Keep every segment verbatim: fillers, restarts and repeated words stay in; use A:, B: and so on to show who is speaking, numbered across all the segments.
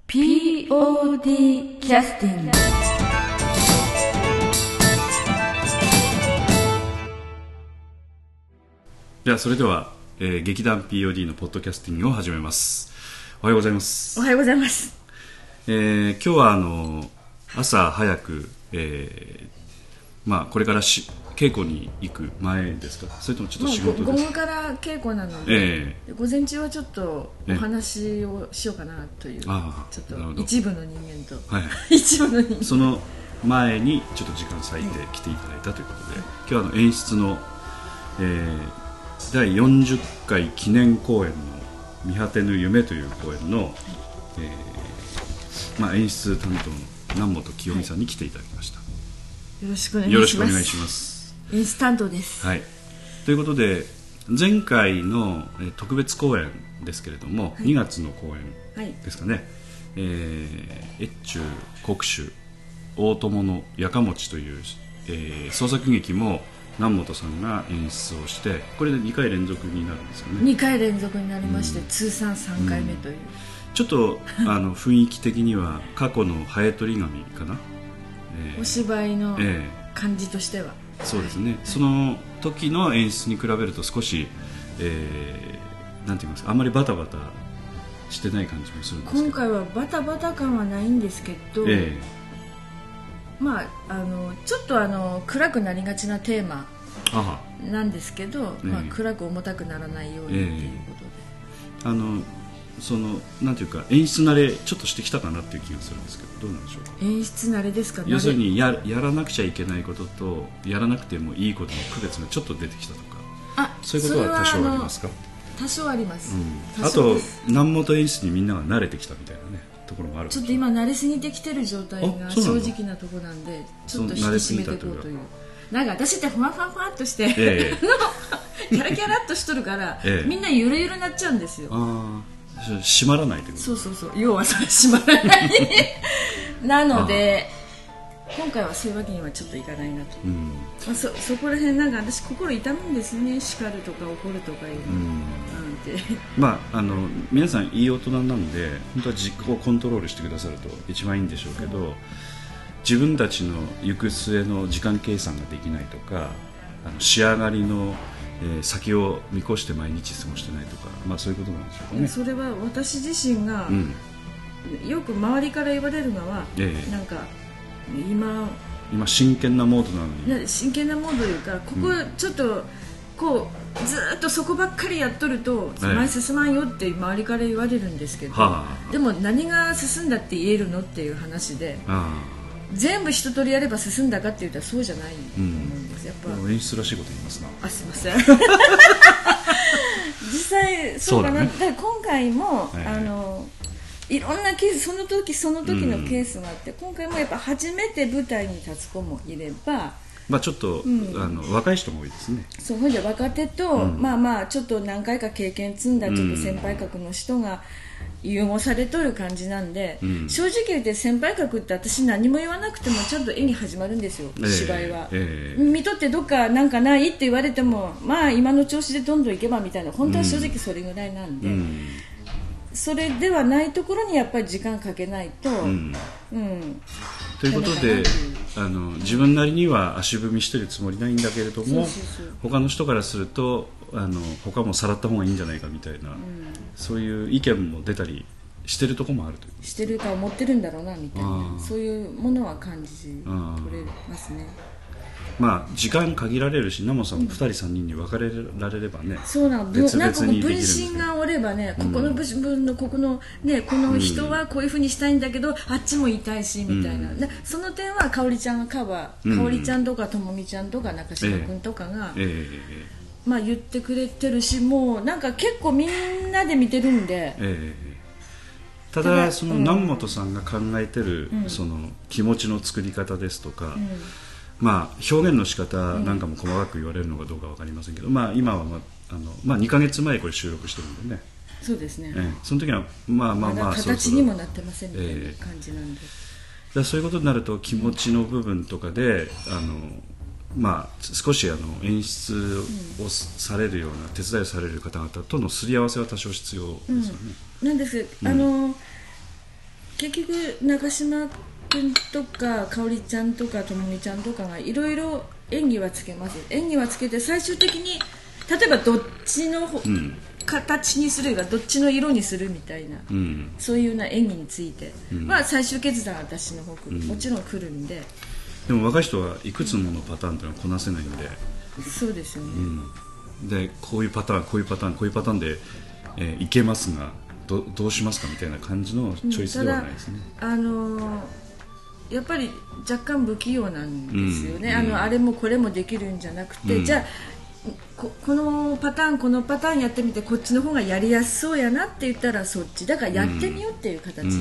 A: ピーオーディー キャスティング。
B: ではそれでは、えー、劇団 ピーオーディー のポッドキャスティングを始めます。おはようございます。
A: おはようございます。
B: えー、今日はあの朝早く、えーまあ、これからし稽古に行く前ですか、それともちょっと仕事ですか。
A: 午後から稽古なので、えー、午前中はちょっとお話をしようかなという、えー、ちょっと一部の人間と、はい、一部の人間、
B: その前にちょっと時間割いて来ていただいたということで、はい、今日はあの演出の、えー、だいよんじゅっかい記念公演の見果てぬ夢という公演の、はい、えーまあ、演出担当の南本清美さんに来ていただきました。はい、
A: よろしくお願いします。
B: よろしくお願いします。
A: 演出担当です。
B: はい。ということで前回の、えー、特別公演ですけれども、はい、にがつの公演ですかね、はい、えー、越中国主大友のやかもちという、えー、創作劇も南本さんが演出をして、これでにかい連続になるんですよね。
A: にかい連続になりまして、うん、通算さんかいめという、うん、
B: ちょっとあの雰囲気的には過去のハエトリガミかな、
A: えー、お芝居の感じとしては、
B: えー、そうですね、はい、その時の演出に比べると少し、えー、なんて言いますか、あんまりバタバタしてない感じもするんですけど、
A: 今回はバタバタ感はないんですけど、えー、まあ、あのちょっとあの暗くなりがちなテーマなんですけど、まあ、暗く重たくならないようにということで、
B: えー、あのそのなんていうか演出慣れちょっとしてきたかなっていう気がするんですけど、どうなんでしょうか。
A: 演出慣れですか。
B: 要するに や, やらなくちゃいけないこととやらなくてもいいことの区別がちょっと出てきたとか、
A: あ、
B: そういうことは多少ありますか。
A: 多少あります、
B: うん、あと南本演出にみんなが慣れてきたみたいなねところもある。
A: ちょっと今慣れすぎてきてる状態が正直なところなんで、ちょっと引き締めていこうという。なんか私ってふわふわふわっとして、えー、キャラキャラっとしとるから、えー、みんなゆるゆるなっちゃうんですよ。
B: あ、閉まらないってこと。
A: そうそうそう、要はそれ閉まらないなので今回はそういうわけにはちょっといかないなと、うん、まあ、そ, そこら辺なんか私心痛むんですね。叱るとか怒るとかいうの、うん、なんて
B: まあ、あの皆さんいい大人なんで本当は実行をコントロールしてくださると一番いいんでしょうけど、うん、自分たちの行く末の時間計算ができないとか、あの仕上がりのえー、先を見越して毎日過ごしてないとか、まあ、そういうことなんでしょうかね。
A: それは私自身が、うん、よく周りから言われるのは、えー、なんか今
B: 今真剣なモードなのに、
A: 真剣なモードというか、ここちょっとこうずっとそこばっかりやっとると前進まんよって周りから言われるんですけど、はあ、でも何が進んだって言えるのっていう話で、はあ、全部一通りやれば進んだかって言ったらそうじゃないと思うんです、うん、やっぱ
B: 演出らしいこと言いますな。
A: あ、すいません実際そうかな。そうだね、今回も、はいはい、あのいろんなケース、その時その時のケースがあって、うん、今回もやっぱ初めて舞台に立つ子もいれば、
B: まあ、ちょっと、うん、あの若い人も多いですね。
A: そう、ほんで若手と、うん、まあまあちょっと何回か経験積んだちょっと先輩格の人が融合されとる感じなんで、うん、正直言って先輩格って私何も言わなくてもちゃんと演技始まるんですよ、えー、芝居は、えー、見とってどっかなんかないって言われても、まあ今の調子でどんどんいけばみたいな、本当は正直それぐらいなんで、うん、それではないところにやっぱり時間かけないと、うんうん、
B: ということで、あの自分なりには足踏みしてるつもりないんだけれども、そうそうそう、他の人からするとあの他もさらった方がいいんじゃないかみたいな、うん、そういう意見も出たりしてるところもあるという。
A: してるか思ってるんだろうなみたいな、そういうものは感じ取れますね。
B: まあ、時間限られるし、ナモさんもふたりさんにんに分かれられればね、
A: そうなの、別々にできるんですけど、分身がおればね、ここの部分のここの、ね、この人はこういうふうにしたいんだけど、うん、あっちも言いたいしみたいな、うん、その点はかおりちゃんがカバー、かおりちゃんとかともみちゃんとか中島君とかが、えーえーまあ、言ってくれてるし、もうなんか結構みんなで見てるんで、え
B: ー、ただその南本さんが考えてる、うん、その気持ちの作り方ですとか、うん、まあ、表現の仕方なんかも細かく言われるのかどうか分かりませんけど、うん、まあ、今は、まああのまあ、にかげつまえこれ収録してるんでね。
A: そうですね、
B: えー、その時はまあまあまあ、
A: まだ形にもなってませんみたいな感じなんで、
B: えー、だそういうことになると気持ちの部分とかで、あの、まあ、少しあの演出をされるような、手伝いをされる方々とのすり合わせは多少必要ですよね、
A: うん、なんです、うん、あの結局中島君とか香織ちゃんとかともみちゃんとかがいろいろ演技はつけます。演技はつけて最終的に例えばどっちの、うん、形にするかどっちの色にするみたいな、うん、そういうような演技について、うん、まあ最終決断は私の方来る、うん、もちろん来るんで。
B: でも若い人はいくつものパターンっていうのはこなせないんで、
A: そうですよね、
B: うん、でこういうパターンこういうパターンこういうパターンで、えー、いけますが ど, どうしますかみたいな感じのチョイスではないですね、
A: うん、あのー、やっぱり若干不器用なんですよね、うん、あのあれもこれもできるんじゃなくて、うん、じゃあ こ, このパターンこのパターンやってみてこっちの方がやりやすそうやなって言ったらそっちだからやってみようっていう形、うんうん、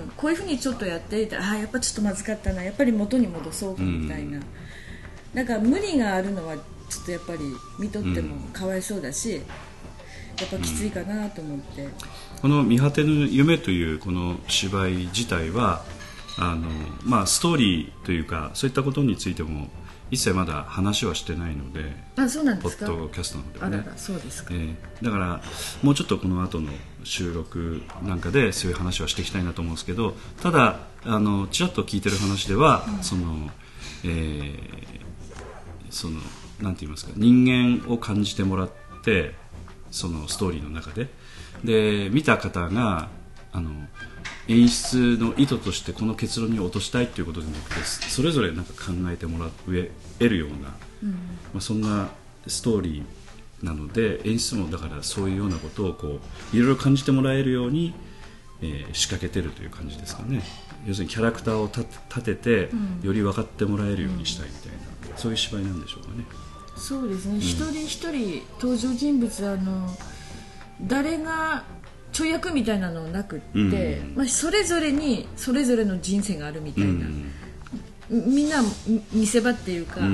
A: こういうふうにちょっとやっていたらあやっぱちょっとまずかったなやっぱり元に戻そうかみたいな、うん、だから無理があるのはちょっとやっぱり見とってもかわいそうだし、やっぱきついかなと思って、うん、
B: この見果てぬ夢というこの芝居自体はあの、まあ、ストーリーというかそういったことについても一切まだ話はしてないので、
A: あ、そうなんですか。
B: ポッドキャストの方ではね。
A: あらら、そうですか。
B: えー、だからもうちょっとこの後の収録なんかでそういう話はしていきたいなと思うんですけど、ただあのちらっと聞いてる話では、うん、その、えー、そのなんて言いますか、人間を感じてもらってそのストーリーの中でで見た方があの演出の意図としてこの結論に落としたいということじゃなくてそれぞれなんか考えてもらえるような、うんまあ、そんなストーリーなので演出もだからそういうようなことをこういろいろ感じてもらえるように、えー、仕掛けてるという感じですかね。要するにキャラクターを立てて、うん、より分かってもらえるようにしたいみたいな、うん、そういう芝居なんでしょうかね。
A: そうですね、うん、一人一人登場人物あの誰が跳躍みたいなのなくって、うんまあ、それぞれにそれぞれの人生があるみたいな、うん、みんな見せ場っていうか、うん、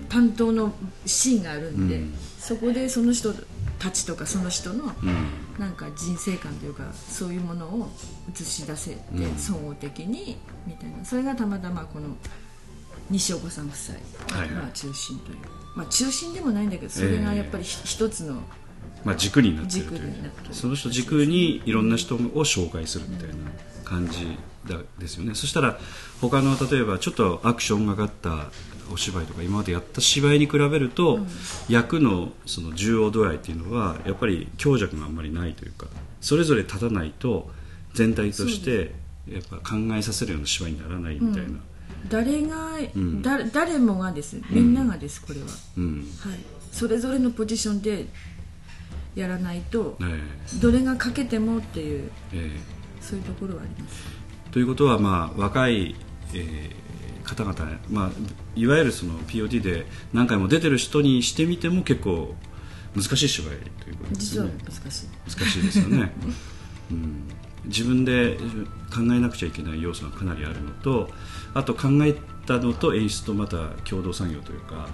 A: 担当のシーンがあるんで、うん、そこでその人たちとかその人のなんか人生観というかそういうものを映し出せて、うん、総合的にみたいな、それがたまたまこの西岡さん夫妻がまあ中心という、まあ、中心でもないんだけどそれがやっぱり一つの、
B: まあ、軸になっているという、その人軸にいろんな人を紹介するみたいな感じだですよね。そしたら他の例えばちょっとアクションがかったお芝居とか今までやった芝居に比べると、うん、役のその重要度合いっていうのはやっぱり強弱があんまりないというか、それぞれ立たないと全体としてやっぱ考えさせるような芝居にならないみたいな、うん、
A: 誰が、うん、だ誰もがです、みんながです、これは、うんはい、それぞれのポジションでやらないと、えー、どれが欠けてもっていう、えー、そういうところはあります。
B: ということは、まあ、若い、えー、方々、まあ、いわゆるその ピーオーディー で何回も出てる人にしてみても結構難しい芝居ということですね。
A: 実は難しい
B: 難しいですよね、うん、自分で考えなくちゃいけない要素がかなりあるのと、あと考えたのと演出とまた共同作業というか、はい、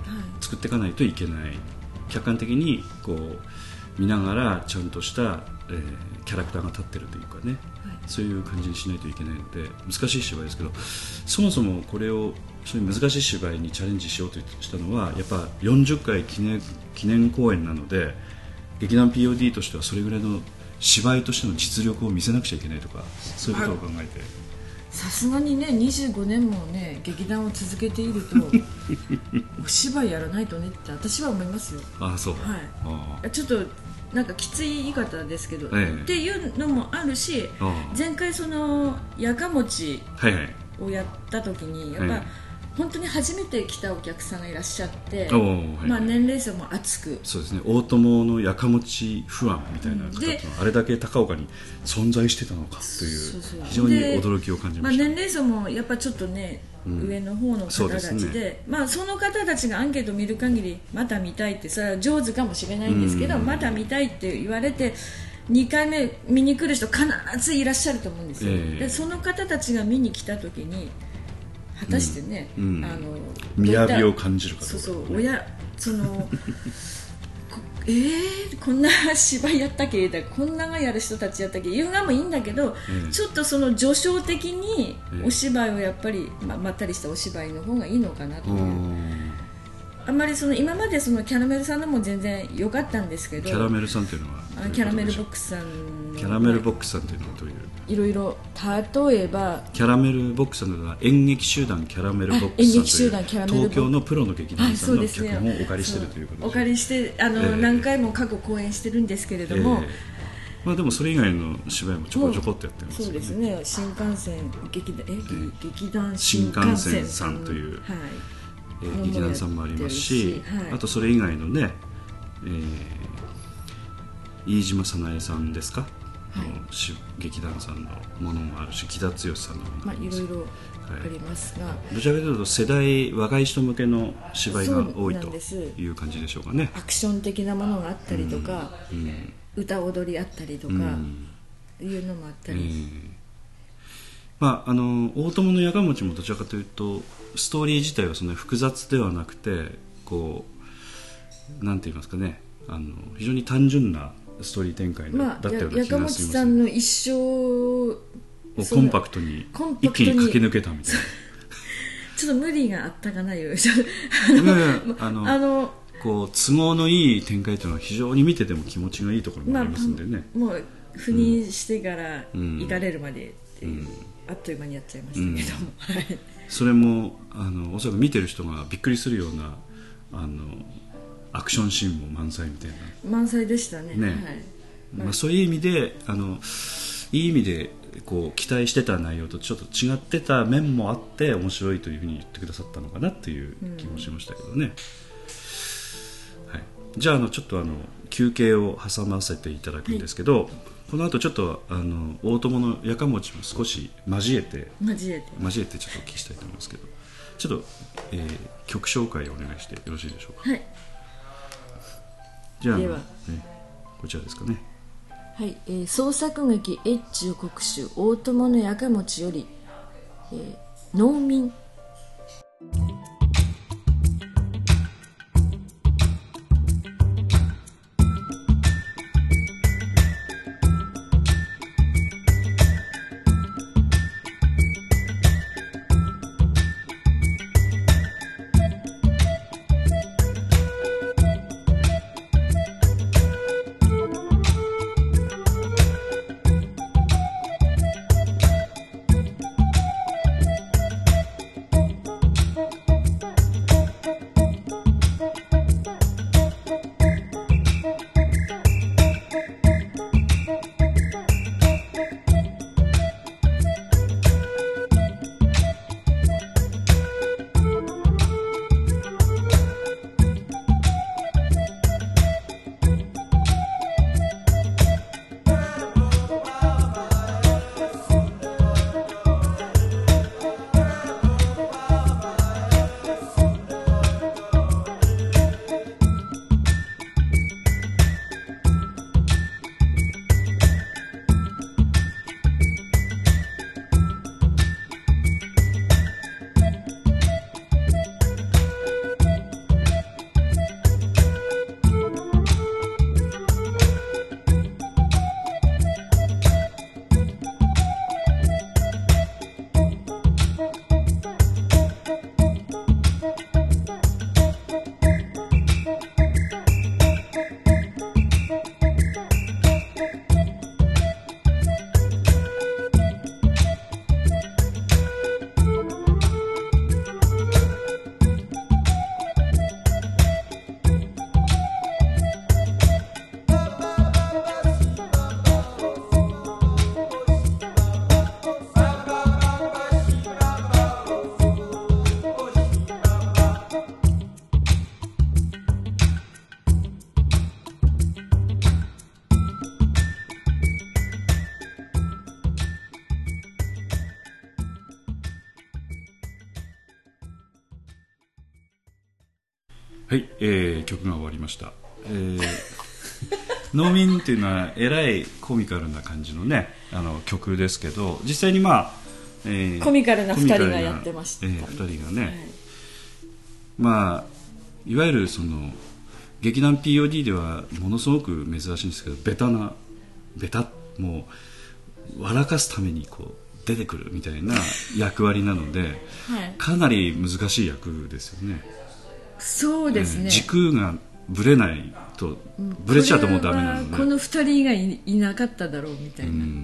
B: 作っていかないといけない、客観的にこう見ながらちゃんとした、えー、キャラクターが立ってるというかね、はい、そういう感じにしないといけないので難しい芝居ですけど、そもそもこれをそういう難しい芝居にチャレンジしようとしたのはやっぱよんじゅっかい記念、記念公演なので劇団 ピーオーディー としてはそれぐらいの芝居としての実力を見せなくちゃいけないとか、そういうことを考えて、
A: さすがにねにじゅうごねんもね劇団を続けているとお芝居やらないとねって私は思いますよ。
B: ああそう、はい、
A: あちょっとなんかきつい言い方ですけど、ええっていうのもあるし、前回そのやかもちをやった時にやっぱ、はいはい、本当に初めて来たお客さんがいらっしゃって、はいまあ、年齢層も厚く、
B: そうですね、大友のやかもち不安みたいな方とあれだけ高岡に存在してたのかという非常に驚きを感じました。
A: まあ、年齢層もやっぱちょっとね、うん、上の方の方たち で, で、ねまあ、その方たちがアンケートを見る限りまた見たいって、それは上手かもしれないんですけど、また見たいって言われてにかいめ見に来る人必ずいらっしゃると思うんですよ、えー、でその方たちが見に来た時に果たしてね、うんうん、あの
B: 雅を感じるかどうか、
A: そうそう親そのえー、こんな芝居やったっけだこんながやる人たちやったっけ言うがもいいんだけど、えー、ちょっとその序章的にお芝居をやっぱり、まあ、まったりしたお芝居の方がいいのかなという、あんまりその今までそのキャラメルさんのも全然良かったんですけど、
B: キャラメルさんというのは
A: あキャラメルボックスさん
B: キャラメルボックスさんというのはどういう
A: いろいろ例えば
B: キャラメルボックスさんは演劇集団キャラメルボックスさんという東京のプロの劇団さんの脚本をお借りしているということです、ね、
A: お借りしてあの、えー、何回も過去公演してるんですけれども、えー
B: まあ、でもそれ以外の芝居もちょこちょこっとやってますよね。
A: そうですね。新幹線劇団、え、えー、劇団
B: 新幹線さんという、はいえー、劇団さんもありますし、はい、あとそれ以外のね、えー、飯島早苗さんですか、はい、劇団さんのものもあるし、木田剛さんのものもあります、
A: まあ、いろいろありますが、はい、
B: どちらかというと世代若い人向けの芝居が多いという感じでしょうかね。
A: アクション的なものがあったりとか、うんうん歌踊りあったりとか、うん、いうのもあったり、えー
B: まあ、あの大友のやかもちもどちらかというとストーリー自体はそんなに複雑ではなくてこうなんて言いますかねあの非常に単純なストーリー展開だったような気がします、ね。やかもち
A: さんの一生を
B: コンパクトに一気に駆け抜けたみたいな
A: ちょっと無理があったかなよ
B: あのあのこう都合のいい展開というのは非常に見てても気持ちがいいところもありますんでね、
A: まあ、もう赴任してから行かれるまで、うん、あっという間にやっちゃいましたけども、うんはい、
B: それもあのおそらく見てる人がびっくりするようなあのアクションシーンも満載みたいな
A: 満載でした ね, ね、はい
B: まあ、そういう意味であのいい意味でこう期待してた内容とちょっと違ってた面もあって面白いというふうに言ってくださったのかなっていう気もしましたけどね、うんじゃあ、 あのちょっとあの休憩を挟ませていただくんですけど、はい、この後ちょっとあの大友のやかもちも少し交えて
A: 交えて
B: 交えてちょっとお聞きしたいと思いますけどちょっと、えー、曲紹介をお願いしてよろしいでしょうか。
A: はい
B: じゃあ、ね、こちらですかね。
A: はい、えー、創作劇越中国主大友のやかもちより、えー、農民
B: はい、えー、曲が終わりました、えー、農民っていうのはえらいコミカルな感じのねあの曲ですけど実際にまあ、
A: えー、コミカルなふたりがやってました、ね
B: えー、ふたりがね、はい、まあいわゆるその劇団 ピーオーディー ではものすごく珍しいんですけどベタなベタもう笑かすためにこう出てくるみたいな役割なので、はい、かなり難しい役ですよね。
A: そうですね、
B: えー、軸がぶれないとぶれちゃうともうダメなので、
A: このふたりが い, いなかっただろうみたいな、うん、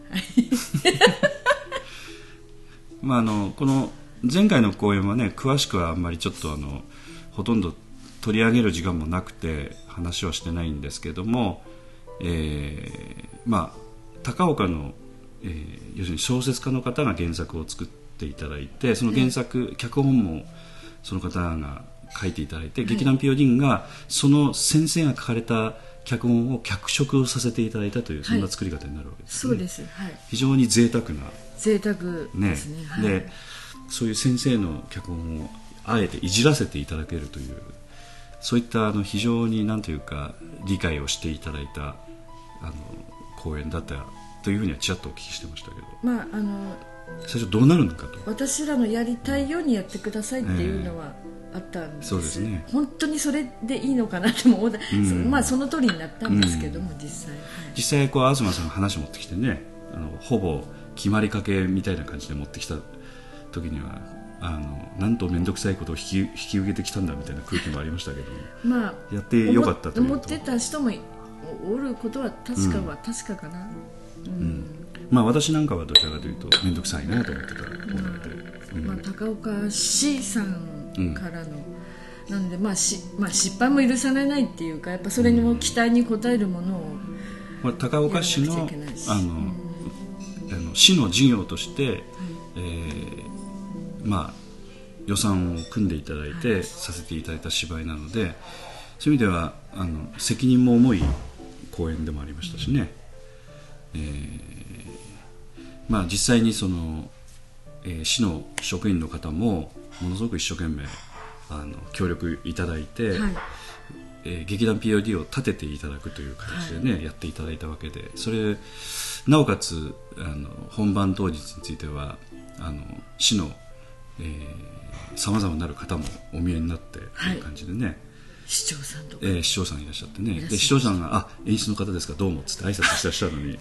B: まああのこの前回の講演はね詳しくはあんまりちょっとあのほとんど取り上げる時間もなくて話はしてないんですけども、えー、まあ高岡の、えー、要するに小説家の方が原作を作っていただいて、その原作、はい、脚本もその方が書いていただいて、はい、劇団ピオディンがその先生が書かれた脚本を脚色をさせていただいたという、はい、そんな作り方になるわけですね。
A: そうです、はい、
B: 非常に贅沢な
A: 贅沢ですね、はい、
B: でそういう先生の脚本をあえていじらせていただけるという、そういったあの非常に何というか理解をしていただいたあの講演だったというふうにはちらっとお聞きしてましたけど、
A: まあ、あの
B: 最初どうなるのかと、
A: 私らのやりたいようにやってくださいっていうのはあったんです、
B: えー、そうですね、
A: 本当にそれでいいのかなっても、うん、まあその通りになったんですけども、うん、実際、はい、
B: 実際こう東さんが話を持ってきてね、あのほぼ決まりかけみたいな感じで持ってきた時にはあのなんと面倒くさいことを引き、引き受けてきたんだみたいな空気もありましたけど、
A: まあ、
B: やってよかったというと
A: 思ってた人もおることは確かは確かかな、うんうん、
B: まあ、私なんかはどちらかというと面倒くさいなと思ってたもので、
A: うんまあ、高岡市さんからの、うん、なので、まあしまあ、失敗も許されないっていうか、やっぱそれにも期待に応えるものを、
B: まあ、高岡市の、あの、うん、あの市の事業として、うん、えーまあ、予算を組んでいただいて、はい、させていただいた芝居なので、そういう意味ではあの責任も重い公演でもありましたしね、えーまあ、実際にその、えー、市の職員の方もものすごく一生懸命あの協力いただいて、はい、えー、劇団 ピーオーディー を立てていただくという形でね、はい、やっていただいたわけで、それなおかつあの本番当日についてはあの市のさまざまなる方もお見えになってという感じでね、はい、
A: 市長さんとか、
B: えー、市長さんいらっしゃってね、で市長さんがあ演出の方ですかどうもっつって挨拶してらっしゃるのに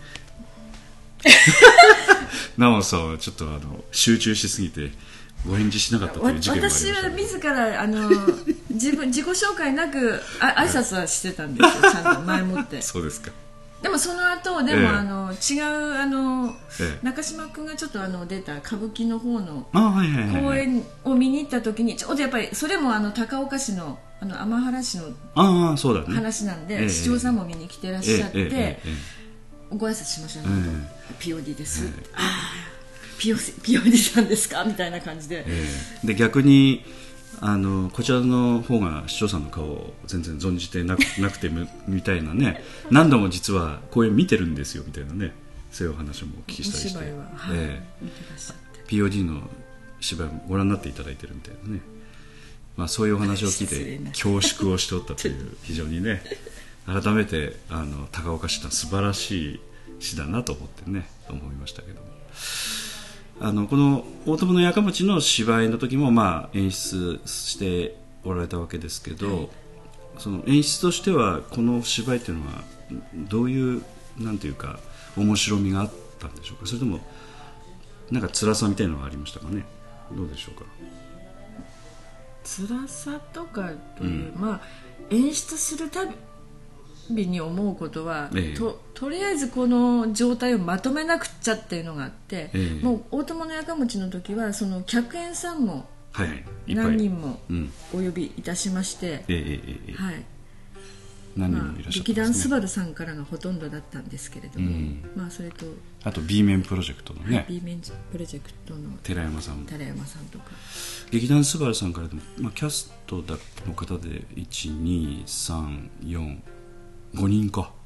B: 直人さんはちょっとあの集中しすぎてご返事しなかったという事件もありました、ね、
A: 私は自らあの自分自己紹介なくあ挨拶はしてたんですよ、ちゃんと前もって
B: そうですか。
A: でもその後でも、えー、あの違うあの、
B: えー、
A: 中島君がちょっとあの出た歌舞伎の方の
B: 公
A: 演を見に行った時にちょうどやっぱりそれもあの高岡市のあの天原市の話なんで、
B: ねえー、
A: 市長さんも見に来てらっしゃって、えーえーえー、ご挨拶しましたね、えー、ピオディです、えー、あピオ、ピオディさんですかみたいな感じで、
B: えー、で逆にあのこちらの方が市長さんの顔を全然存じてなく、なくてみたいなね何度も実は公演見てるんですよみたいなね、そういうお話もお聞きしたりして、
A: お芝居は、はい、
B: えー、
A: 見てらっしゃって
B: ピーオーディー の芝居もご覧になっていただいてるみたいなね、まあ、そういうお話を聞いて恐縮をしておったという非常にね改めてあの高岡市は素晴らしい市だなと思ってね思いましたけども、あのこの大友のやかもちの芝居の時もまあ演出しておられたわけですけど、はい、その演出としてはこの芝居っていうのはどういうなんていうか面白みがあったんでしょうか、それともなんか辛さみたいなのがありましたかね、どうでしょうか。
A: 辛さとかという、うん、まあ演出するたびに思うことは、ええ、と, とりあえずこの状態をまとめなくちゃっていうのがあって、ええ、もう大友のやかもちの時はその客演さんも何人もお呼びいたしまして、
B: 何人もいらっしゃったんですね。
A: 劇団スバルさんからがほとんどだったんですけれども、うん、まあ、それと
B: あと B 面プロジェクトのね、はい、
A: B 面プロジェクトの
B: 寺山さん
A: 寺山さんとか
B: 劇団スバルさんからでも、まあ、キャストの方でいち、に、さん、よん、ごにんか、はい、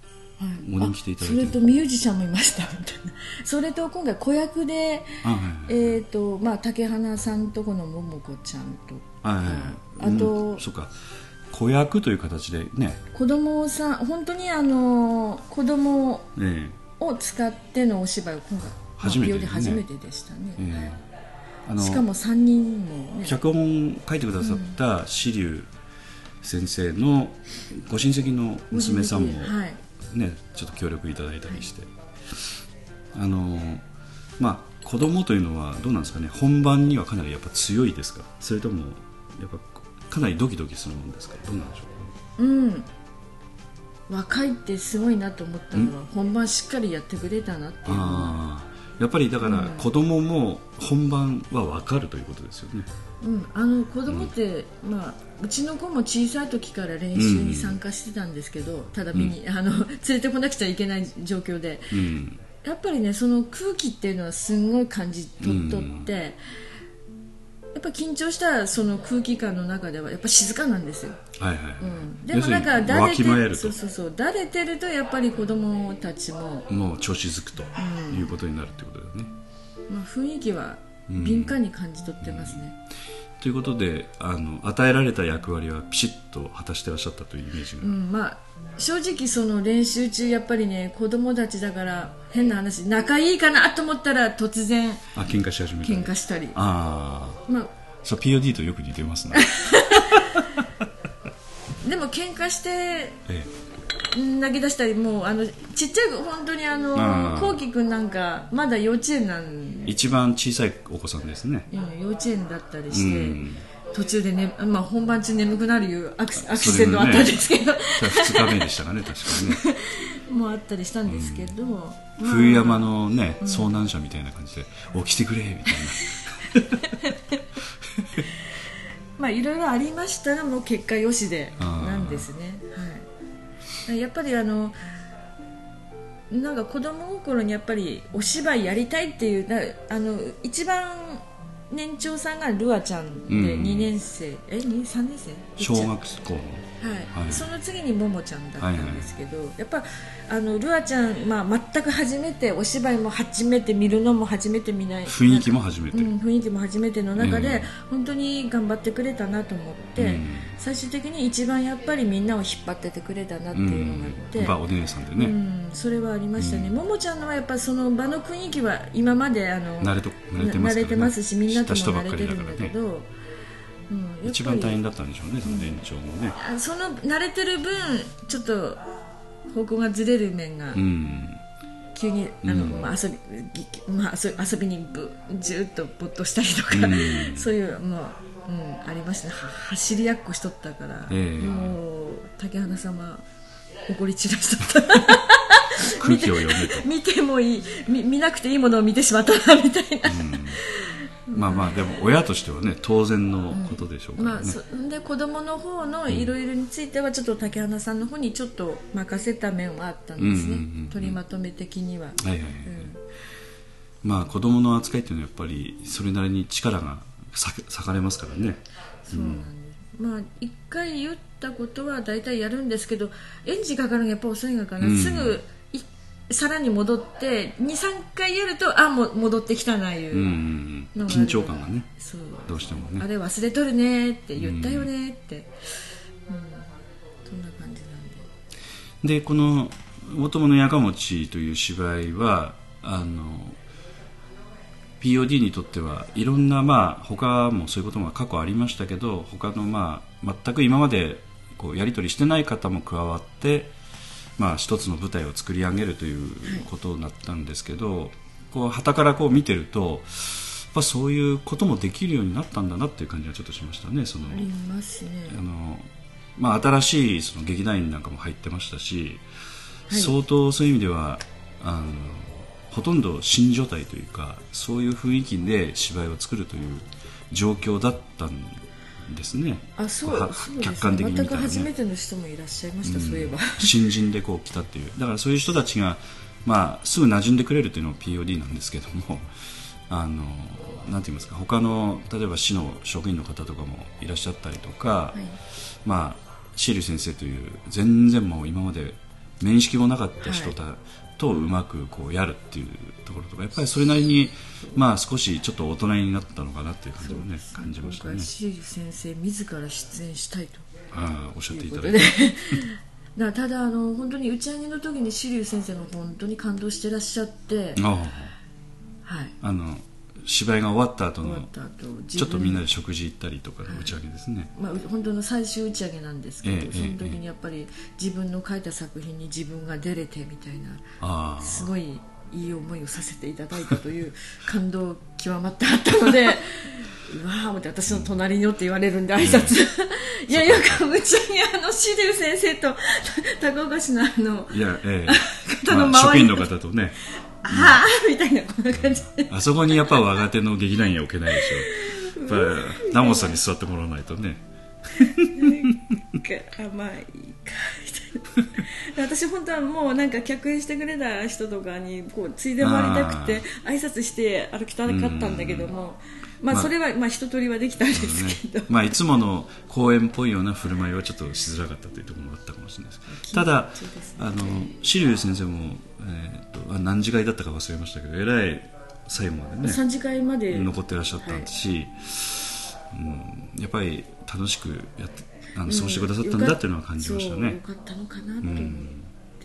B: ごにん来ていただいて、
A: それとミュージシャンもいましたみたいなそれと今回子役で、あ、はいはい、えーとまあ、竹花さんとこの桃子ちゃんとか、はいはい、あと、
B: うん、そうか子役という形でね、
A: 子供さん本当にあの子供を使ってのお芝居を今回初めて、ね、初めてでしたね、えー、あのしかもさんにんも、ね、
B: 脚本書いてくださった紫龍先生のご親戚の娘さんも、ね、はい、ちょっと協力いただいたりして、はい、あのまあ子供というのはどうなんですかね、本番にはかなりやっぱ強いですか、それともやっぱかなりドキドキするものですか、どうなんでしょうか。
A: うん、 若いってすごいなと思ったのは本番しっかりやってくれたなっていうのは、
B: やっぱりだから子供も本番は分かるということですよね。
A: うん、あの子供って、うんまあ、うちの子も小さい時から練習に参加してたんですけど、うん、ただ見に、うん、あの連れてこなくちゃいけない状況で、うん、やっぱりねその空気っていうのはすごい感じ取っとって、うん、やっぱ緊張したその空気感の中ではやっぱ静かなんですよ。
B: はいはい
A: うん、でもなんかだれてるそうそうそうだれてるとやっぱり子供たちも
B: もう調子づくということになるってことだよね。
A: うんまあ、雰囲気は敏感に感じ取ってますね。うんうん
B: ということであの与えられた役割はピシッと果たしてらっしゃったというイメージが、
A: うんまあ、正直その練習中やっぱりね子供たちだから変な話仲いいかなと思ったら突然
B: あ喧嘩し始めたり
A: 喧嘩したり
B: あ、まあ、そう ピーオーディー とよく似てますね
A: でも喧嘩して、ええ投げ出したりもうあのちっちゃい本当にあのこうきくんなんかまだ幼稚園なん
B: 一番小さいお子さんですね。
A: 幼稚園だったりして、うん、途中で、ねまあ、本番中眠くなるいうアクアクシデントあったんですけど、ね、
B: ふつかめでしたかね確かにね
A: もうあったりしたんですけど、うんまあ、
B: 冬山のね、うん、遭難者みたいな感じで起きてくれみたいな
A: まあいろいろありましたらもう結果よしでなんですね。はいやっぱりあのなんか子供心にやっぱりお芝居やりたいっていうだあの一番年長さんがルアちゃんでにねん生、うん、えさんねん生
B: 小学校の、
A: はいはい、その次にももちゃんだったんですけど、はいはい、やっぱあのルアちゃん、まあ、全く初めてお芝居も初めて見るのも初めて見ない
B: 雰囲気も初めて、
A: うん、雰囲気も初めての中で、うん、本当に頑張ってくれたなと思って、うん、最終的に一番やっぱりみんなを引っ張っててくれたなっていうのがあって、
B: うん、やっぱお姉さんでね、
A: うん、それはありましたね、うん、ももちゃんのはやっぱその場の雰囲気は今まであの
B: 慣れと慣れてますからね、
A: 慣れてますしみんなとも慣れてるんだけど
B: うん、一番大変だったんでしょうね、その年長もね、
A: うん、その慣れてる分ちょっと方向がずれる面が、うん、急にあの、うんまあ遊びまあ、遊び遊びにぶずっと没頭したりとか、うん、そういうもう、うん、ありましたね。は走りやっこしとったから、えー、もう竹花様怒り散らしとった
B: 空気を読めと
A: 見てもいい 見, 見なくていいものを見てしまったなみたいな、うん
B: まあまあでも親としてはね当然のことでしょうからね、
A: うんまあ、で子供の方のいろいろについてはちょっと竹花さんの方にちょっと任せた面はあったんですね、うんうんうんうん、取りまとめ的には、はいはいはいうん、
B: まあ子供の扱いっていうのはやっぱりそれなりに力が割かれますからね。
A: そうなんです、うん、まあ一回言ったことは大体やるんですけどエンジンかかるのがやっぱ遅いのかな、うん、すぐさらに戻って にさんかいやるとあもう戻ってきたないうのが、うんうん、
B: 緊張感がねそうどうしてもね
A: あれ忘れとるねって言ったよねって、うんうん、そんな感じなん
B: ででこの大友のやかもちという芝居はあの ピーオーディー にとってはいろんなまあ他もそういうことも過去ありましたけど他のまあ全く今までこうやり取りしてない方も加わってまあ、一つの舞台を作り上げるということになったんですけど、はい、こう傍からこう見てるとやっぱそういうこともできるようになったんだなっていう感じがちょっとしましたね。その
A: ありますね。
B: あの、まあ、新しいその劇団員なんかも入ってましたし、はい、相当そういう意味ではあのほとんど新状態というかそういう雰囲気で芝居を作るという状況だったんですね。
A: あ、そう、そうですね。客観的に見たらね、全く初めての人もいらっしゃいました、うん、そういえば
B: 新人でこう来たっていうだからそういう人たちが、まあ、すぐ馴染んでくれるというのも ピーオーディー なんですけどもあのなんて言いますか他の例えば市の職員の方とかもいらっしゃったりとか、はいまあ、シリ先生という全然もう今まで面識もなかった人た、はいとうまくこうやるっていうところとかやっぱりそれなりに、まあ、少しちょっと大人になったのかなっていう感じもね感じましたね。
A: シリ先生自ら出演したいと
B: あおっしゃっていただいて
A: だただあの本当に打ち上げの時にシリ先生も本当に感動してらっしゃってあ、
B: はい、あの芝居が終わった後のちょっとみんなで食事行ったりとかの打ち上げですね、
A: はいまあ、本当の最終打ち上げなんですけど、ええ、その時にやっぱり自分の書いた作品に自分が出れてみたいなすごいいい思いをさせていただいたという感動極まってあったのでうわー思って私の隣によって言われるんで挨拶、うん、いやいやうちにあのシリュウ先生と高岡市のあの
B: いや、え
A: え方の周り、まあ、
B: 職員の方とね
A: ああみたいなこんな感じで
B: あそこにやっぱ若手の劇団員は置けないでしょやっぱりナモさんに座ってもらわないとね
A: あまあいいかみたいな私本当はもうなんか客演してくれた人とかにこうついで回りたくて挨拶して歩きたかったんだけども、まあそれはまあ一通りはできたんですけど、
B: まあいつもの公演っぽいような振る舞いはちょっとしづらかったというところもあったかもしれないです。ただあのシリュウ先生も、えー、と何次会だったか忘れましたけどえらい最後までね
A: さん次会まで
B: 残ってらっしゃったし、はいうん、やっぱり楽しくやってあのそうしてくださったんだっていうのは感じましたね。
A: よかったのかなと思って、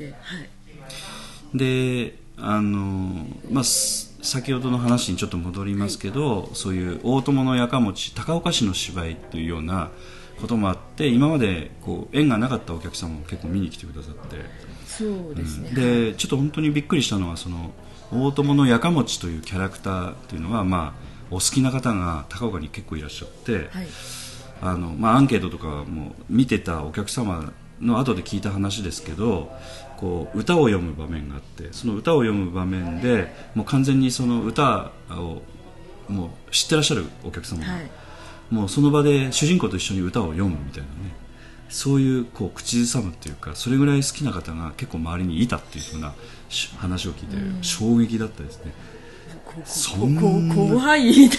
A: うんはい、
B: であの、まあ、先ほどの話にちょっと戻りますけど、はい、そういう大友のやかもち高岡市の芝居というようなこともあって今までこう縁がなかったお客様も結構見に来てくださって
A: そうですね、
B: うん、でちょっと本当にびっくりしたのはその大友のやかもちというキャラクターというのは、まあ、お好きな方が高岡に結構いらっしゃって、はいあのまあ、アンケートとかも見てたお客様の後で聞いた話ですけどこう歌を読む場面があってその歌を読む場面でもう完全にその歌をもう知ってらっしゃるお客様が、はい、もうその場で主人公と一緒に歌を読むみたいなねそういう、こう口ずさむっていうかそれぐらい好きな方が結構周りにいたっていうふうな話を聞いて、うん、衝撃だったですね。
A: そんな怖い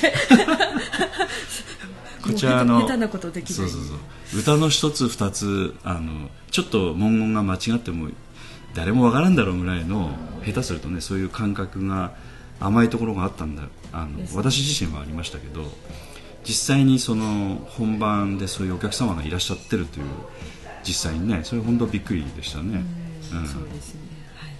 B: こちらの
A: 下手なことできない
B: そうそうそう歌の一つ二つあのちょっと文言が間違っても誰もわからんだろうぐらいの下手するとねそういう感覚が甘いところがあったんだあの私自身はありましたけど実際にその本番でそういうお客様がいらっしゃってるという実際にねそれ本当びっくりでしたね。
A: うん、うん、そうですね、はい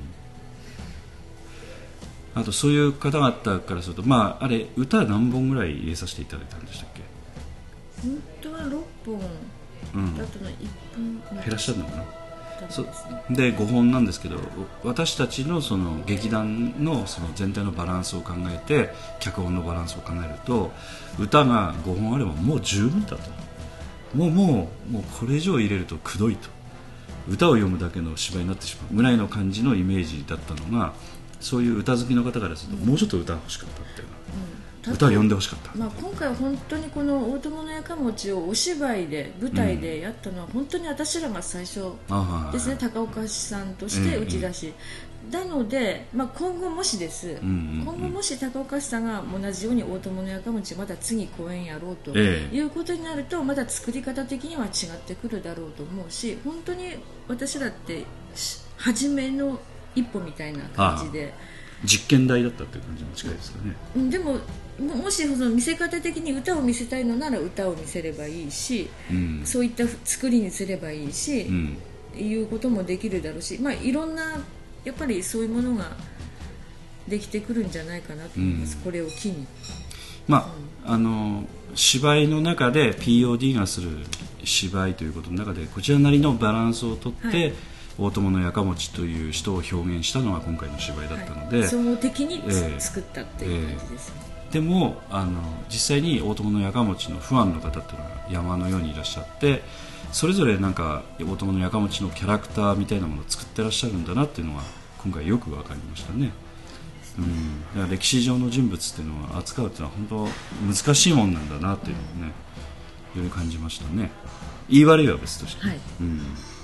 B: うん、あとそういう方々からするとまああれ歌何本ぐらい入れさせていただいたんでしたっけ。
A: 本当はろっぽん、うん、あとのいっぷん
B: 減らしちゃったのかな。そうでごほんなんですけど私たちのその劇団 の, その全体のバランスを考えて脚本のバランスを考えると歌がごほんあればもう十分だともうもうもうこれ以上入れるとくどいと歌を読むだけの芝居になってしまうぐらいの感じのイメージだったのがそういう歌好きの方からすると、うん、もうちょっと歌が欲しかったっていうのは、うん、歌を読んで欲しかった、
A: まあ、今回は本当にこの大友のやかもちをお芝居で舞台でやったのは本当に私らが最初ですね、うん、高岡市さんとして打ち出し、うん、なので、まあ、今後もしです、うんうんうん、今後もし高岡市さんが同じように大友のやかもちまた次公演やろうということになるとまた作り方的には違ってくるだろうと思うし本当に私らって初めの一歩みたいな感じで
B: 実験台だったっていう感じも近いですかね。
A: でももしその見せ方的に歌を見せたいのなら歌を見せればいいし、うん、そういった作りにすればいいし、うん、いうこともできるだろうし、まあ、いろんなやっぱりそういうものができてくるんじゃないかなと思います、うん、これを機に、
B: まあうん、あの芝居の中で ピーオーディー がする芝居ということの中でこちらなりのバランスをとって、はい大友のやかもちという人を表現したのが今回の芝居だったので、はい、
A: 総合的に、えー、作ったっていう感じですね、
B: えー、でもあの実際に大友のやかもちのファンの方っていうのが山のようにいらっしゃってそれぞれなんか大友のやかもちのキャラクターみたいなものを作ってらっしゃるんだなっていうのが今回よく分かりましたね。うん、だから歴史上の人物っていうのは扱うっていうのは本当難しいもんなんだなっていうのをね、うん、より感じましたね。言い悪いは別として、はいうん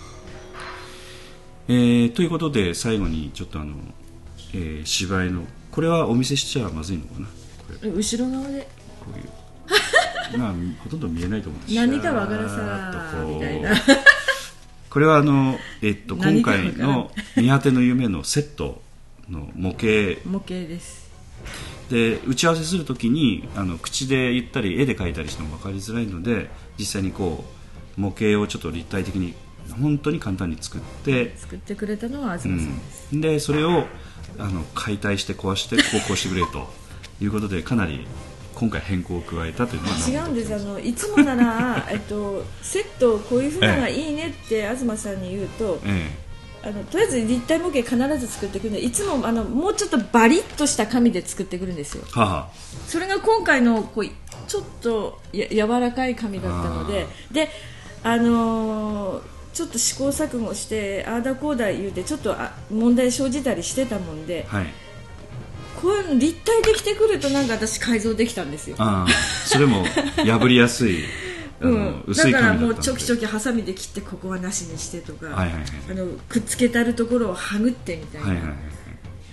B: えー、ということで最後にちょっとあの、えー、芝居のこれはお見せしちゃまずいのかなこれ
A: 後ろ側で
B: こういうまあほとんど見えないと思うんです
A: 何かわからさみたいな
B: これはあの、えっと、今回の「見果ての夢」のセットの模型
A: 模型です
B: で打ち合わせするときにあの口で言ったり絵で描いたりしても分かりづらいので実際にこう模型をちょっと立体的に本当に簡単に作って
A: 作ってくれたのは東さんです、
B: うん、でそれをあの解体して壊してこうこうしてくれということでかなり今回変更を加えたというのは
A: 違うんですあのいつもなら、えっと、セットこういうふうなのがいいねって東さんに言うと、ええ、あのとりあえず立体模型必ず作ってくるんでいつもあのもうちょっとバリッとした紙で作ってくるんですよ、はあ、それが今回のこうちょっとや柔らかい紙だったので、で、あのー、ちょっと試行錯誤してあーだこーだ言うてちょっとあ問題生じたりしてたもんで、はい、こういうの立体できてくるとなんか私改造できたんですよ。
B: あそれも破りやすい
A: うん、だからもうチョキチョキハサミで切ってここはなしにしてとか、はいはいはい、あのくっつけてあるところをはぐってみたいな、はいはいはい、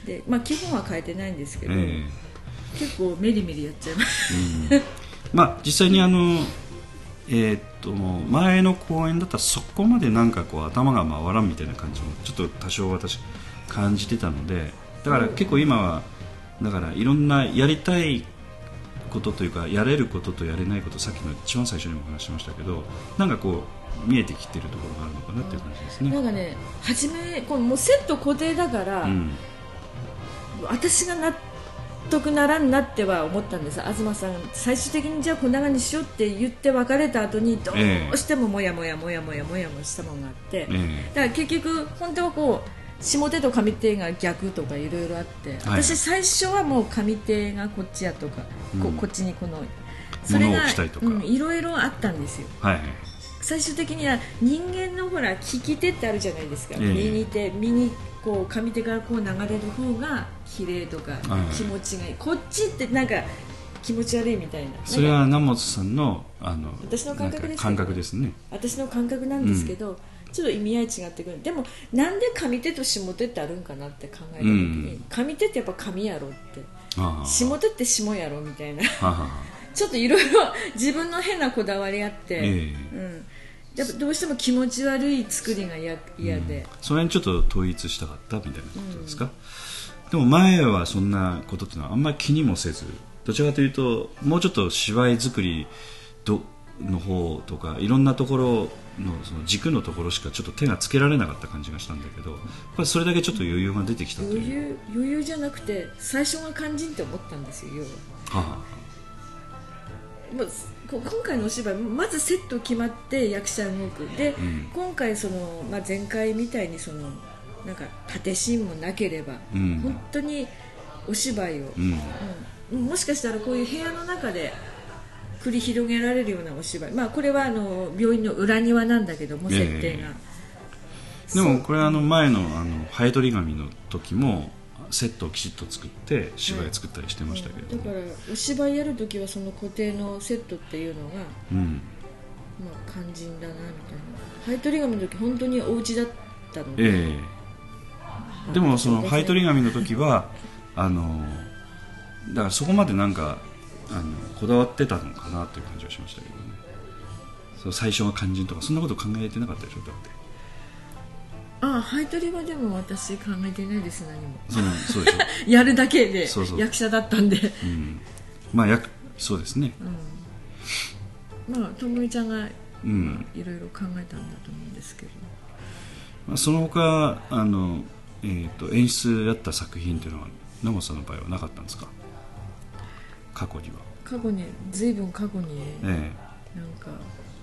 A: で、まあ、基本は変えてないんですけど、えー、結構メリメリやっちゃいます、うん
B: まあ、実際にあの、えー、っと前の公演だったらそこまでなんかこう頭が回らんみたいな感じもちょっと多少私感じてたので、だから結構今はだからいろんなやりたいことというかやれることとやれないこと、さっきの一番最初にも話しましたけど、なんかこう見えてきてるところがあるのかなっていう感じですね。
A: なんかね、初めこうもうセット固定だから、うん、私が納得ならんなっては思ったんです。東さん最終的にじゃあこんな風にしようって言って別れた後にどうしてももやもやもやもやもやもしたものがあって、えー、だから結局本当はこう下手と上手が逆とかいろいろあって、はい、私最初はもう上手がこっちやとか、うん、こ, こっちにこのそれがいろいろあったんですよ、はいはい、最終的には人間のほら利き手ってあるじゃないですか、えー、右手右こう上手からこう流れる方が綺麗とか、はい、気持ちがいい、こっちってなんか気持ち悪いみたいな、
B: それは南本さん の, あの
A: 私の感覚です、
B: 感覚ですね。
A: 私の感覚なんですけど、うん、ちょっと意味合い違ってくる。でもなんで上手と下手ってあるんかなって考えた時に、うん、上手ってやっぱ上やろって、下手って下やろみたいなちょっといろいろ自分の変なこだわりあって、えーうん、やっぱどうしても気持ち悪い作りが嫌で、うん、
B: それにちょっと統一したかったみたいなことですか、うん、でも前はそんなことっていうのはあんまり気にもせず、どちらかというともうちょっと芝居作りどの方とかいろんなところのその軸のところしかちょっと手がつけられなかった感じがしたんだけど、やっぱりそれだけちょっと余裕が出てきたという。
A: 余裕、余裕じゃなくて最初が肝心って思ったんですよ、要は。はあ、もう今回のお芝居まずセット決まって役者動くで、うん、今回その、まあ、前回みたいにそのなんか縦シーンもなければ、うん、本当にお芝居を、うんうん、もしかしたらこういう部屋の中で繰り広げられるようなお芝居、まあ、これはあの病院の裏庭なんだけども、設定が、え
B: ー、でもこれはあの前 の, あのハエ取り紙の時もセットをきちっと作って芝居作ったりしてましたけど、
A: はい、だからお芝居やるときはその固定のセットっていうのが、うんまあ、肝心だなみたいな。ハエ取り紙の時本当にお家だったので、え
B: ー、でもそのハエ取り紙の時はあのだからそこまでなんかあのこだわってたのかなという感じはしましたけどね。そう最初は肝心とかそんなこと考えてなかったでしょ。だって
A: ああ、ハエ取りはでも私考えてないです。何も
B: そう、そうでしょ
A: やるだけで役者だったんで
B: うん、まあ役そうですね、
A: うん、まあともみちゃんがいろいろ考えたんだと思うんですけど、
B: まあ、その他あの、えー、と演出だった作品というのは野本さんの場合はなかったんですか。過去には
A: 過去に随分過去に、ええ、なんか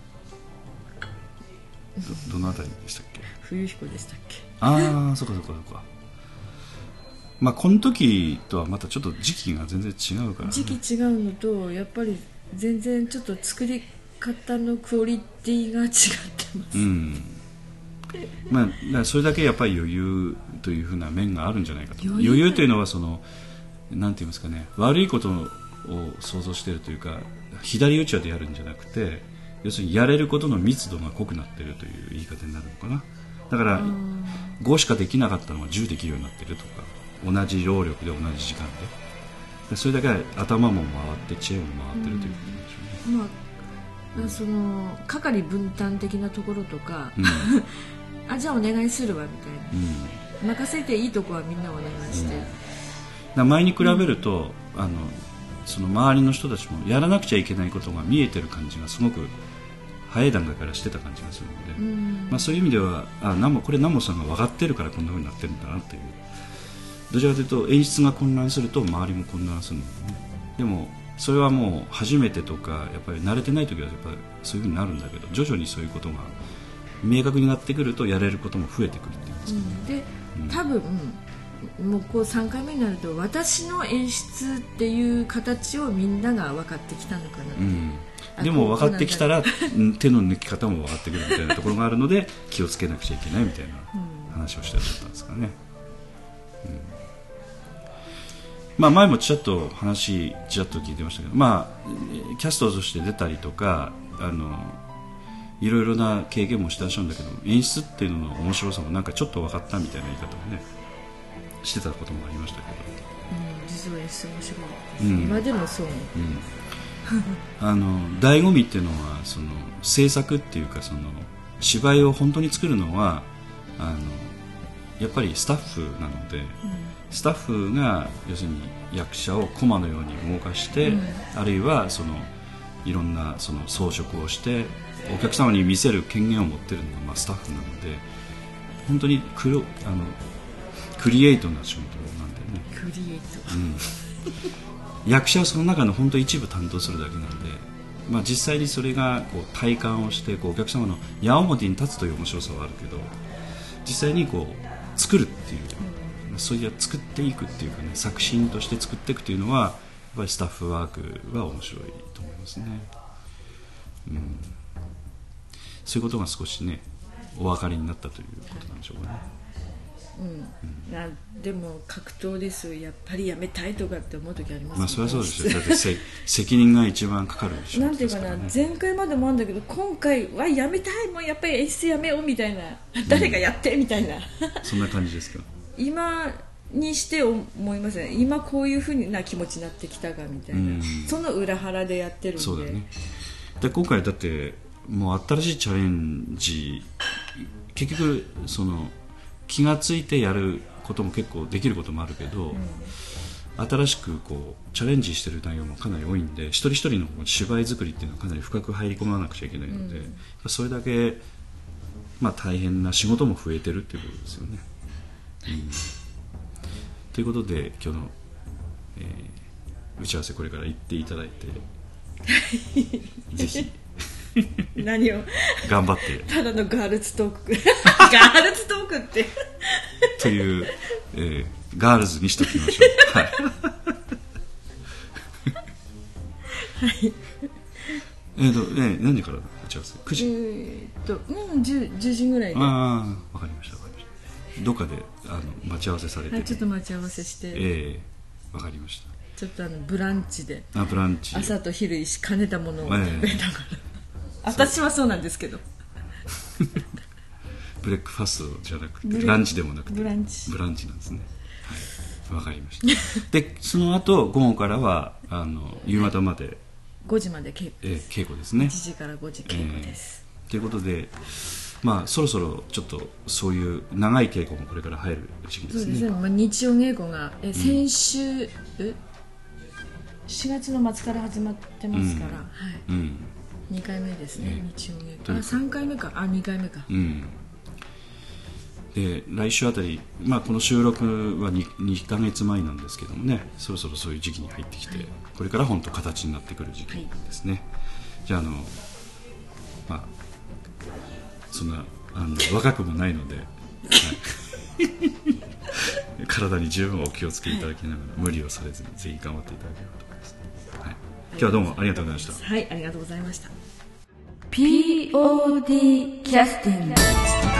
B: ど, どのあたりでしたっけ。
A: 冬彦でしたっけ。
B: ああそこそこそこ。まあこの時とはまたちょっと時期が全然違うから、ね、
A: 時期違うのとやっぱり全然ちょっと作り方のクオリティが違ってます、うん
B: まあ、だからそれだけやっぱり余裕というふうな面があるんじゃないかと。余裕、余裕というのはそのなんて言いますかね、悪いことを想像しているというか左打ちわでやるんじゃなくて、要するにやれることの密度が濃くなっているという言い方になるのかな。だからごしかできなかったのがじゅうできるようになっているとか、同じ労力で同じ時間で、それだけ頭も回って知恵も回っているということなんでしょうね、
A: うんまあ、その係分担的なところとか、うん、あじゃあお願いするわみたいな、うん、任せていいとこはみんなお願いして、うん、
B: だ前に比べると、うん、あのその周りの人たちもやらなくちゃいけないことが見えてる感じがすごく早い段階からしてた感じがするので、うんまあ、そういう意味ではあナモこれ南本さんが分かってるからこんな風になってるんだなという。どちらかというと演出が混乱すると周りも混乱するので、ね、でもそれはもう初めてとかやっぱり慣れてない時はやっぱりそういう風になるんだけど、徐々にそういうことが明確になってくるとやれることも増えてくるっていうんですかね、
A: うん、で、うん、多分もうこうさんかいめになると私の演出っていう形をみんなが分かってきたのかなって、うん、
B: でも分かってきたら手の抜き方も分かってくるみたいなところがあるので気をつけなくちゃいけないみたいな話をしてらっしゃったんですかね、うん、まあ、前もちょっと話ちらっと聞いてましたけど、まあ、キャストとして出たりとかあのいろいろな経験もしてらっしゃるんだけど演出っていうのの面白さもなんかちょっと分かったみたいな言い方をねしてたこともありましたけど、
A: うん、実は演出面白いです、うん、今でもそう、
B: うん、あの醍醐味っていうのはその制作っていうかその芝居を本当に作るのはあのやっぱりスタッフなので、うん、スタッフが要するに役者をコマのように動かして、うん、あるいはそのいろんなその装飾をしてお客様に見せる権限を持っているのがまあスタッフなので本当にクロあのクリエイトな仕事なんでね。
A: クリエイト、
B: うん、役者はその中の本当一部担当するだけなんで、まあ、実際にそれがこう体感をしてこうお客様の矢面に立つという面白さはあるけど実際にこう作るっていう、うん、そういう作っていくっていうかね作品として作っていくっていうのはやっぱりスタッフワークは面白いと思いますね、うん、そういうことが少しねお分かりになったということなんでしょうかね。
A: うんうん、なでも格闘ですやっぱりやめたいとかって思う時ありますね。
B: まあそれはそうですよ。だってせ責任が一番かかる仕事ですからね。
A: なんていうかな前回までもあるんだけど今回はやめたいもうやっぱり演出やめようみたいな誰がやってみたいな、うん、
B: そんな感じですか。
A: 今にして思いますね。今こういうふうな気持ちになってきたかみたいな、うん、その裏腹でやってるんで。
B: そうだね。で今回だってもう新しいチャレンジ結局その気がついてやることも結構できることもあるけど、うん、新しくこうチャレンジしてる内容もかなり多いんで一人一人の芝居作りっていうのはかなり深く入り込まなくちゃいけないので、うん、それだけ、まあ、大変な仕事も増えてるっていうことですよね、うん、ということで今日の、えー、打ち合わせこれから行っていただいてぜひ
A: 何を
B: 頑張って
A: ただのガールズトークガールズトークって
B: という、えー、ガールズにしておきましょうはい、はい、えっと、ね、何時から打ち合わせくじえ
A: ー、っとうん 10, 10時ぐらいで
B: ああ分かりました分かりましたどっかであの待ち合わせされて、
A: はい、ちょっと待ち合わせして
B: ええー、分かりました
A: ちょっとあのブランチで
B: あブランチ
A: 朝と昼一兼ねたものを食べながら、えー私はそうなんですけど
B: ブレックファストじゃなくてランチでもなくて
A: ブランチ
B: ブランチなんですね。はい、わかりましたでその後午後からはあの夕方まで
A: ごじまで稽古です、
B: えー、稽古ですね。
A: いちじからごじ稽古です、
B: えー、ということでまあそろそろちょっとそういう長い稽古もこれから入る時期ですね。
A: そうですね、まあ、日曜稽古がえ先週、うん、しがつの末から始まってますから、うんはいうんにかいめですね、ね日曜稽古あさんかいめかあにかいめか、うん、
B: で来週あたり、まあ、この収録は 2, 2ヶ月前なんですけどもねそろそろそういう時期に入ってきて、はい、これから本当形になってくる時期ですね、はい、じゃああの、まあ、そんなあの若くもないので、はい、体に十分お気をつけいただきながら、はい、無理をされずにぜひ頑張っていただければと思います、はい、今日はどうもありがとうございました。
A: はい、ありがとうございました。 ピーオーディー キャスティング